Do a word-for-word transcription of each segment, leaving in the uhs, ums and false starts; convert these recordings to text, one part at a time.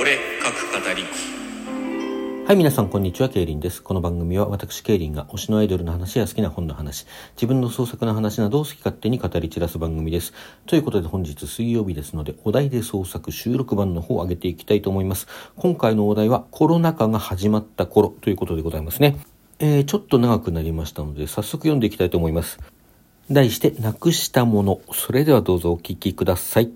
俺各語り。 はい、皆さんこんにちは、ケイリンです。この番組は私ケイリンが推しのアイドルの話や好きな本の話、自分の創作の話などを好き勝手に語り散らす番組です。ということで本日水曜日ですので、お題で創作収録版の方を上げていきたいと思います。今回のお題はコロナ禍が始まった頃ということでございますね。えー、ちょっと長くなりましたので早速読んでいきたいと思います。題してなくしたもの。それではどうぞお聞きください。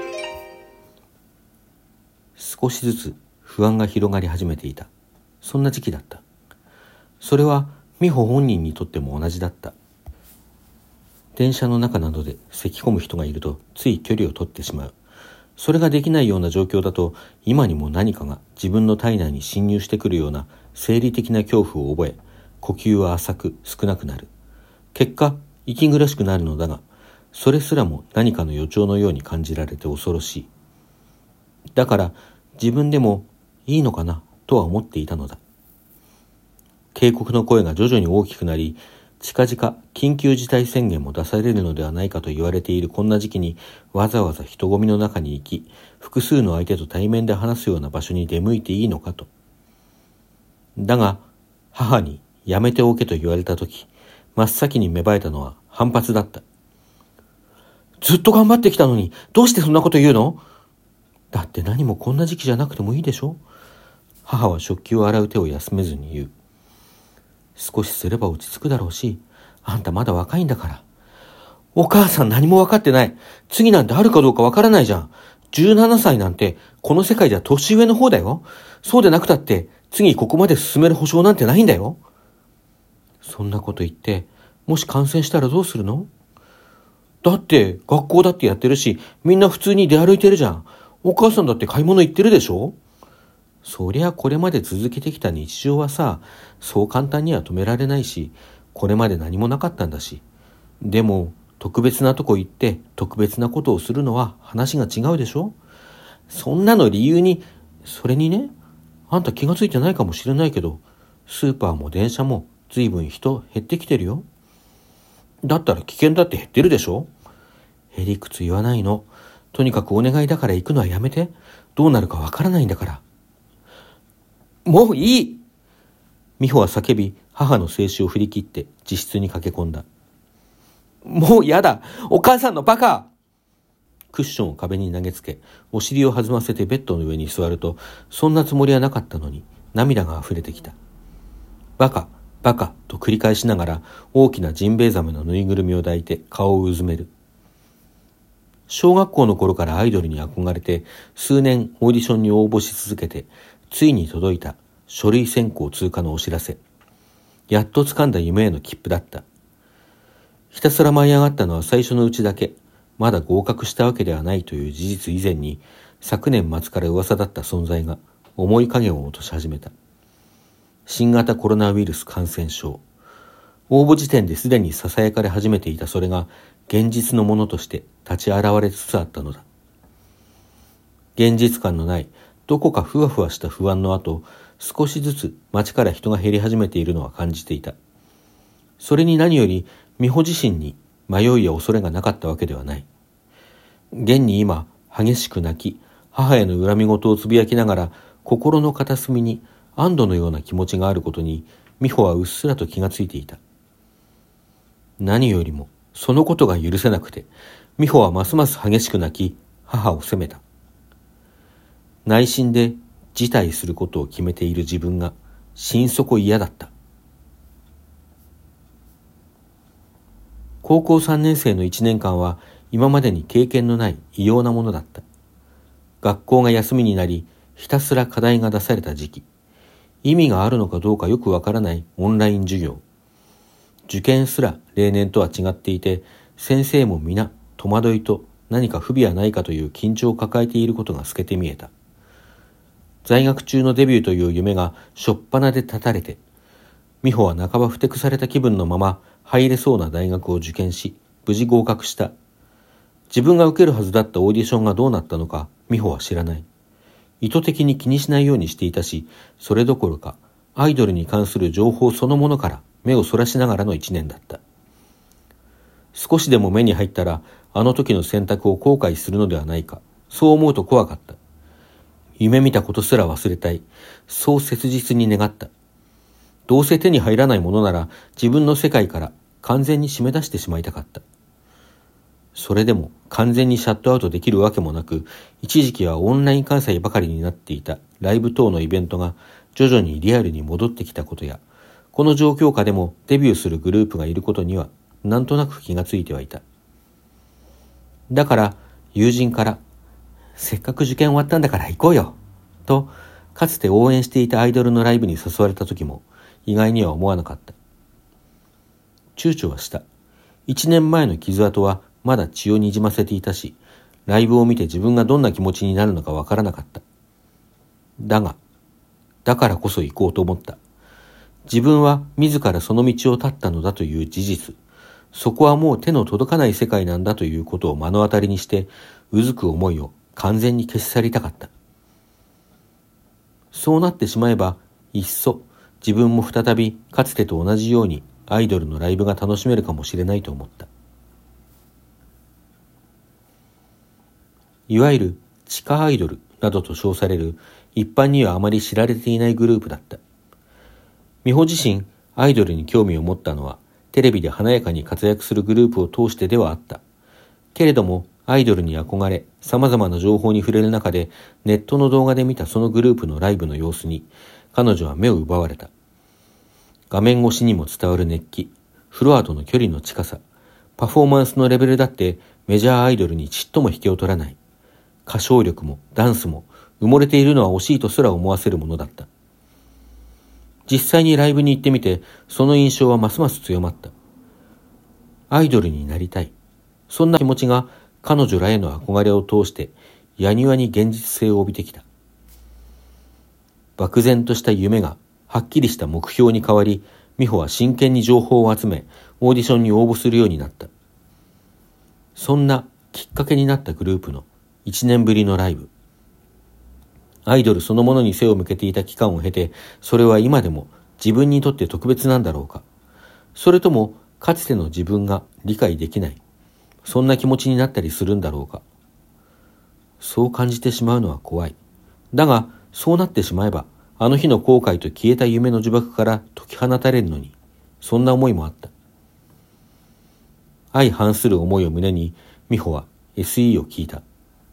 少しずつ不安が広がり始めていた。そんな時期だった。それは美穂本人にとっても同じだった。電車の中などで咳込む人がいるとつい距離を取ってしまう。それができないような状況だと、今にも何かが自分の体内に侵入してくるような生理的な恐怖を覚え、呼吸は浅く少なくなる。結果、息苦しくなるのだが、それすらも何かの予兆のように感じられて恐ろしい。だから自分でもいいのかなとは思っていたのだ。警告の声が徐々に大きくなり、近々緊急事態宣言も出されるのではないかと言われているこんな時期に、わざわざ人混みの中に行き、複数の相手と対面で話すような場所に出向いていいのかと。だが母にやめておけと言われたとき、真っ先に芽生えたのは反発だった。ずっと頑張ってきたのにどうしてそんなこと言うの？だって何もこんな時期じゃなくてもいいでしょ？母は食器を洗う手を休めずに言う。少しすれば落ち着くだろうし、あんたまだ若いんだから。お母さん何も分かってない。次なんてあるかどうか分からないじゃん。じゅうななさいなんてこの世界では年上の方だよ。そうでなくたって次ここまで進める保証なんてないんだよ。そんなこと言ってもし感染したらどうするの？だって学校だってやってるし、みんな普通に出歩いてるじゃん。お母さんだって買い物行ってるでしょ？そりゃこれまで続けてきた日常はさ、そう簡単には止められないし、これまで何もなかったんだし。でも特別なとこ行って特別なことをするのは話が違うでしょ？そんなの理由に、それにね、あんた気がついてないかもしれないけど、スーパーも電車も随分人減ってきてるよ。だったら危険だって減ってるでしょ？へりくつ言わないの。とにかくお願いだから行くのはやめて。どうなるかわからないんだから。もういい！美穂は叫び、母の制止を振り切って自室に駆け込んだ。もうやだ！お母さんのバカ！クッションを壁に投げつけ、お尻を弾ませてベッドの上に座ると、そんなつもりはなかったのに涙が溢れてきた。バカ、バカと繰り返しながら大きなジンベエザメのぬいぐるみを抱いて顔をうずめる。小学校の頃からアイドルに憧れて数年オーディションに応募し続けて、ついに届いた書類選考通過のお知らせ。やっと掴んだ夢への切符だった。ひたすら舞い上がったのは最初のうちだけ。まだ合格したわけではないという事実以前に、昨年末から噂だった存在が重い影を落とし始めた。新型コロナウイルス感染症。応募時点ですでに囁かれ始めていたそれが現実のものとして立ち現れつつあったのだ。現実感のないどこかふわふわした不安の後、少しずつ街から人が減り始めているのは感じていた。それに何より美穂自身に迷いや恐れがなかったわけではない。現に今激しく泣き、母への恨み事をつぶやきながら心の片隅に安堵のような気持ちがあることに美穂はうっすらと気がついていた。何よりもそのことが許せなくて、美穂はますます激しく泣き、母を責めた。内心で辞退することを決めている自分が心底嫌だった。高校さんねん生のいちねんかんは今までに経験のない異様なものだった。学校が休みになり、ひたすら課題が出された時期。意味があるのかどうかよくわからないオンライン授業。受験すら例年とは違っていて、先生も皆戸惑いと何か不備はないかという緊張を抱えていることが透けて見えた。在学中のデビューという夢がしょっぱなで絶たれて、美穂は半ばふてくされた気分のまま入れそうな大学を受験し、無事合格した。自分が受けるはずだったオーディションがどうなったのか美穂は知らない。意図的に気にしないようにしていたし、それどころかアイドルに関する情報そのものから目をそらしながらの一年だった。少しでも目に入ったらあの時の選択を後悔するのではないか、そう思うと怖かった。 夢見たことすら忘れたい。そう切実に願った。どうせ手に入らないものなら自分の世界から完全に締め出してしまいたかった。それでも完全にシャットアウトできるわけもなく、一時期はオンライン開催ばかりになっていたライブ等のイベントが徐々にリアルに戻ってきたことや、この状況下でもデビューするグループがいることにはなんとなく気がついてはいた。だから友人から、せっかく受験終わったんだから行こうよと、かつて応援していたアイドルのライブに誘われた時も意外には思わなかった。躊躇はした。一年前の傷跡はまだ血をにじませていたし、ライブを見て自分がどんな気持ちになるのかわからなかった。だが、だからこそ行こうと思った。自分は自らその道を立ったのだという事実、そこはもう手の届かない世界なんだということを目の当たりにして、うずく思いを完全に消し去りたかった。そうなってしまえば、いっそ自分も再びかつてと同じようにアイドルのライブが楽しめるかもしれないと思った。いわゆる地下アイドルなどと称される一般にはあまり知られていないグループだった。美穂自身、アイドルに興味を持ったのはテレビで華やかに活躍するグループを通してではあった。けれどもアイドルに憧れ、様々な情報に触れる中でネットの動画で見たそのグループのライブの様子に彼女は目を奪われた。画面越しにも伝わる熱気、フロアとの距離の近さ、パフォーマンスのレベルだってメジャーアイドルにちっとも引けを取らない。歌唱力もダンスも埋もれているのは惜しいとすら思わせるものだった。実際にライブに行ってみて、その印象はますます強まった。アイドルになりたい。そんな気持ちが彼女らへの憧れを通して、やにわに現実性を帯びてきた。漠然とした夢がはっきりした目標に変わり、美穂は真剣に情報を集め、オーディションに応募するようになった。そんなきっかけになったグループの一年ぶりのライブ。アイドルそのものに背を向けていた期間を経て、それは今でも自分にとって特別なんだろうか。それともかつての自分が理解できない、そんな気持ちになったりするんだろうか。そう感じてしまうのは怖い。だがそうなってしまえば、あの日の後悔と消えた夢の呪縛から解き放たれるのに、そんな思いもあった。相反する思いを胸に、美穂は エスイー を聞いた。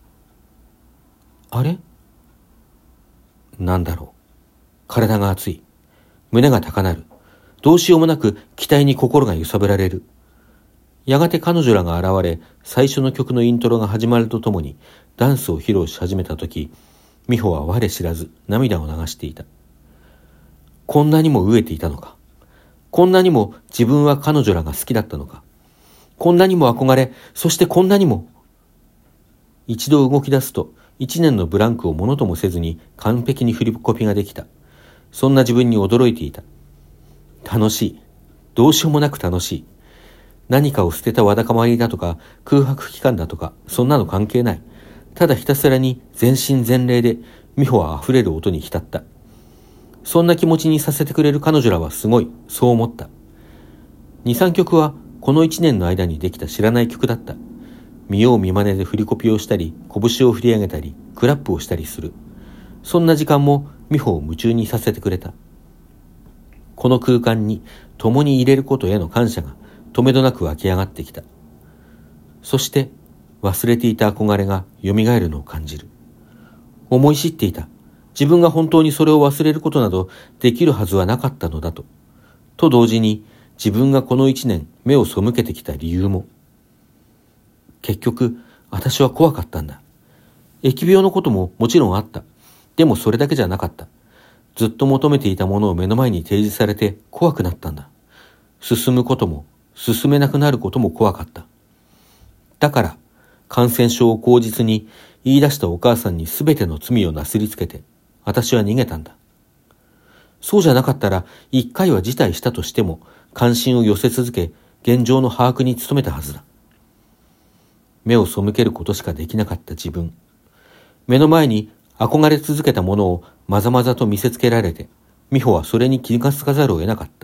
あれ？なんだろう。体が熱い。胸が高鳴る。どうしようもなく期待に心が揺さぶられる。やがて彼女らが現れ、最初の曲のイントロが始まるとともにダンスを披露し始めたとき、美穂は我知らず涙を流していた。こんなにも飢えていたのか。こんなにも自分は彼女らが好きだったのか。こんなにも憧れ、そしてこんなにも。一度動き出すと、一年のブランクをものともせずに完璧に振りコピができた。そんな自分に驚いていた。楽しい。どうしようもなく楽しい。何かを捨てたわだかまりだとか空白期間だとか、そんなの関係ない。ただひたすらに全身全霊で美穂は溢れる音に浸った。そんな気持ちにさせてくれる彼女らはすごい、そう思った。に、さんきょくはこの一年の間にできた知らない曲だった。見よう見まねで振りコピをしたり、拳を振り上げたり、クラップをしたりする。そんな時間も美穂を夢中にさせてくれた。この空間に共に入れることへの感謝がとめどなく湧き上がってきた。そして忘れていた憧れが蘇るのを感じる。思い知っていた。自分が本当にそれを忘れることなどできるはずはなかったのだと。と同時に自分がこの一年目を背けてきた理由も。結局、私は怖かったんだ。疫病のことももちろんあった。でもそれだけじゃなかった。ずっと求めていたものを目の前に提示されて怖くなったんだ。進むことも、進めなくなることも怖かった。だから、感染症を口実に言い出したお母さんに全ての罪をなすりつけて、私は逃げたんだ。そうじゃなかったら、一回は辞退したとしても、関心を寄せ続け、現状の把握に努めたはずだ。目を背けることしかできなかった自分。目の前に憧れ続けたものをまざまざと見せつけられて、美穂はそれに気がつかざるを得なかった。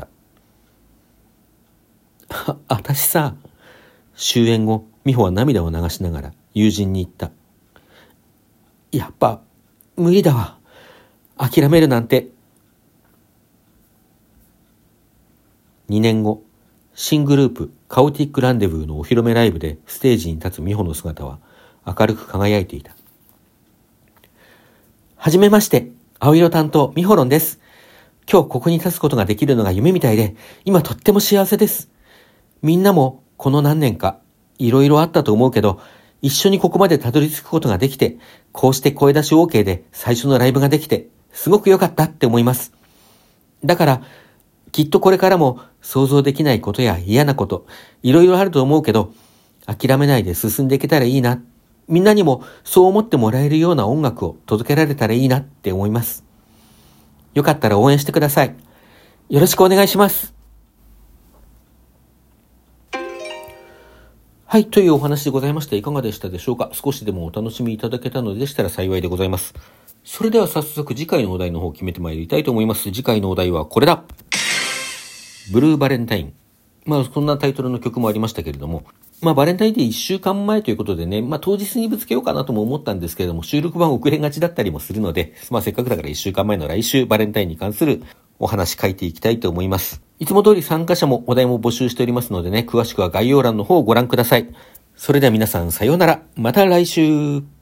あ、あたしさ、終演後、美穂は涙を流しながら友人に言った。やっぱ、 無理だわ。諦めるなんて。にねんご、新グループカオティックランデブーのお披露目ライブでステージに立つ美穂の姿は明るく輝いていた。はじめまして、青色担当美穂ロンです。今日ここに立つことができるのが夢みたいで、今とっても幸せです。みんなもこの何年かいろいろあったと思うけど、一緒にここまでたどり着くことができて、こうして声出し OK で最初のライブができて、すごく良かったって思います。だから、きっとこれからも想像できないことや嫌なこと、いろいろあると思うけど、諦めないで進んでいけたらいいな。みんなにもそう思ってもらえるような音楽を届けられたらいいなって思います。よかったら応援してください。よろしくお願いします。はい、というお話でございました。いかがでしたでしょうか。少しでもお楽しみいただけたのでしたら幸いでございます。それでは早速次回のお題の方を決めてまいりたいと思います。次回のお題はこれだ。ブルーバレンタイン。まあそんなタイトルの曲もありましたけれども、まあバレンタインデーいっしゅうかんまえということでね、まあ当日にぶつけようかなとも思ったんですけれども、収録版遅れがちだったりもするので、まあせっかくだからいっしゅうかんまえの来週バレンタインに関するお話書いていきたいと思います。いつも通り参加者もお題も募集しておりますのでね、詳しくは概要欄の方をご覧ください。それでは皆さんさようなら。また来週。